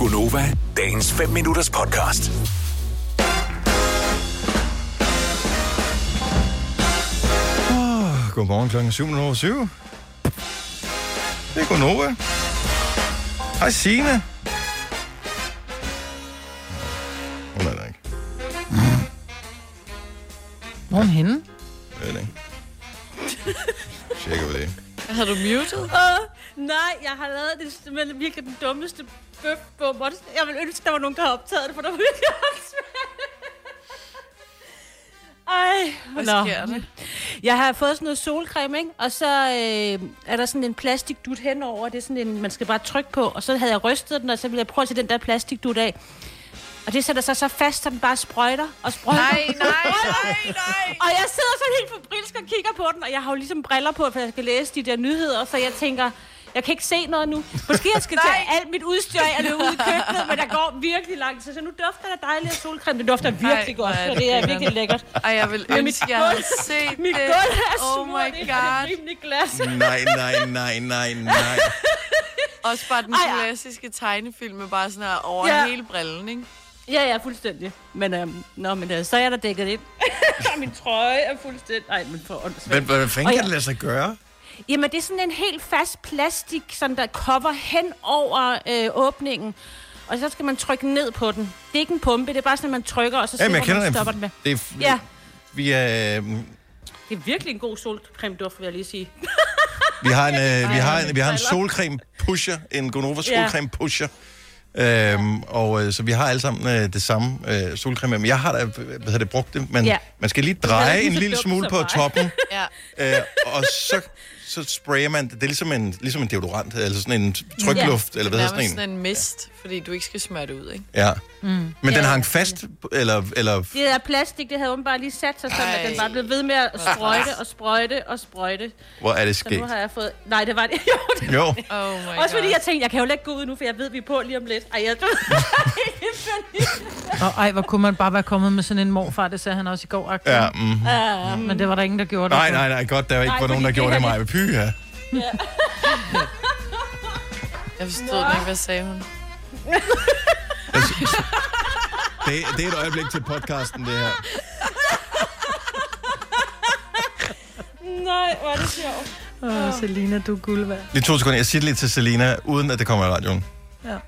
Gonova, dagens 5 minutters podcast. Godmorgen klokken 7:07. Det er Gonova. Hej Signe. Hun er der ikke. Hvor er hun henne? Jeg ved det ikke. Tjekker vi det. Har du muted? Nej, jeg har lavet det simpelthen virkelig den dummeste bøf-bummer. Jeg vil ønske, der var nogen, der har optaget det, for der var virkelig Hvad sker der? Jeg har fået sådan noget solcreme, ikke? Og så er der sådan en plastikdut henover. Det er sådan en, man skal bare trykke på. Og så havde jeg rystet den, og så ville jeg prøve at tage den der plastikdut af. Og det sætter sig så fast, så den bare sprøjter og sprøjter. Nej. Og jeg sidder sådan helt febrilsk og kigger på den, og jeg har jo ligesom briller på, for jeg skal læse de der nyheder, så jeg tænker, jeg kan ikke se noget nu. Måske jeg skal tage alt mit udstyr af og løbe ud i køkkenet, men der går virkelig langt. Så nu dufter der dejligt af solcreme. Det dufter virkelig godt, og det er virkelig lækkert. Ej, jeg vil ønske, jeg havde set Mit det. gulv er Oh smurt my ind, god. og det er rimelig glas. Nej. Også bare den klassiske tegnefilm med bare sådan her over hele brillen, ikke? Ja, fuldstændig. Men, så er jeg der dækket ind. Min trøje er fuldstændig... Nej, men for åndssvagt. Hvad fanden kan det lade sig gøre? Jamen, det er sådan en helt fast plastik, sådan der cover hen over åbningen. Og så skal man trykke ned på den. Det er ikke en pumpe, det er bare sådan, at man trykker, og så stopper den med. Vi er... Det er virkelig en god solcreme-duft, vil jeg lige sige. Vi har en solcreme pusher, en Gonova solcreme pusher. Så vi har alle sammen det samme solcreme. Men jeg har da brugt det, men man skal lige dreje en lille smule på toppen. Og så sprayer man det. Det er ligesom en deodorant, altså sådan en trykluft, eller hvad hedder sådan en? Sådan en mist, fordi du ikke skal smøre det ud, ikke? Ja. Men den hang fast, eller... Det er plastik, det havde åbenbart lige sat sig sådan, at den bare blev ved med at sprøjte. Hvor er det sket? Så nu har jeg fået... Nej, det var det. Jo. Oh my også fordi jeg tænkte, jeg kan jo ikke gå ud nu, for jeg ved, vi er på lige om lidt. Hvor kunne man bare være kommet med sådan en morfar, det sagde han også i går. Ja, Men det var der ingen, der gjorde det. Nej, godt, der var ikke nogen, der gjorde det mig med py her. Jeg forstod ikke, hvad sagde hun? Det er et øjeblik til podcasten, det her. Nej, hvor er det sjovt. Selina, du er guld værd. Lige 2 sekunder, jeg siger det lige til Selina, uden at det kommer i radioen. Ja.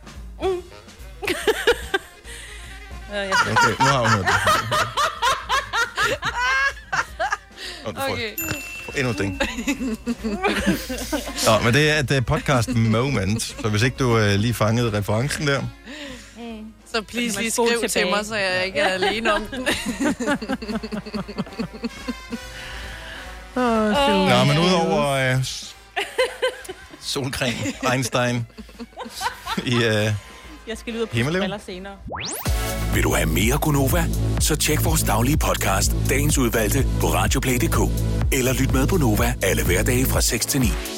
Okay, nu har hun hørt det. Okay. Endnu et ting. Nå, men det er et podcast moment, så hvis ikke du lige fangede referencen der. Så please lige skriv til mig, så jeg ikke er alene om den. Nå, men udover solcreme, Einstein i jeg skal lyde på spiller senere. Vil du have mere Gonova? Så tjek vores daglige podcast, dagens udvalgte, på radioplay.dk. Eller lyt med på Nova alle hverdage fra 6 til 9.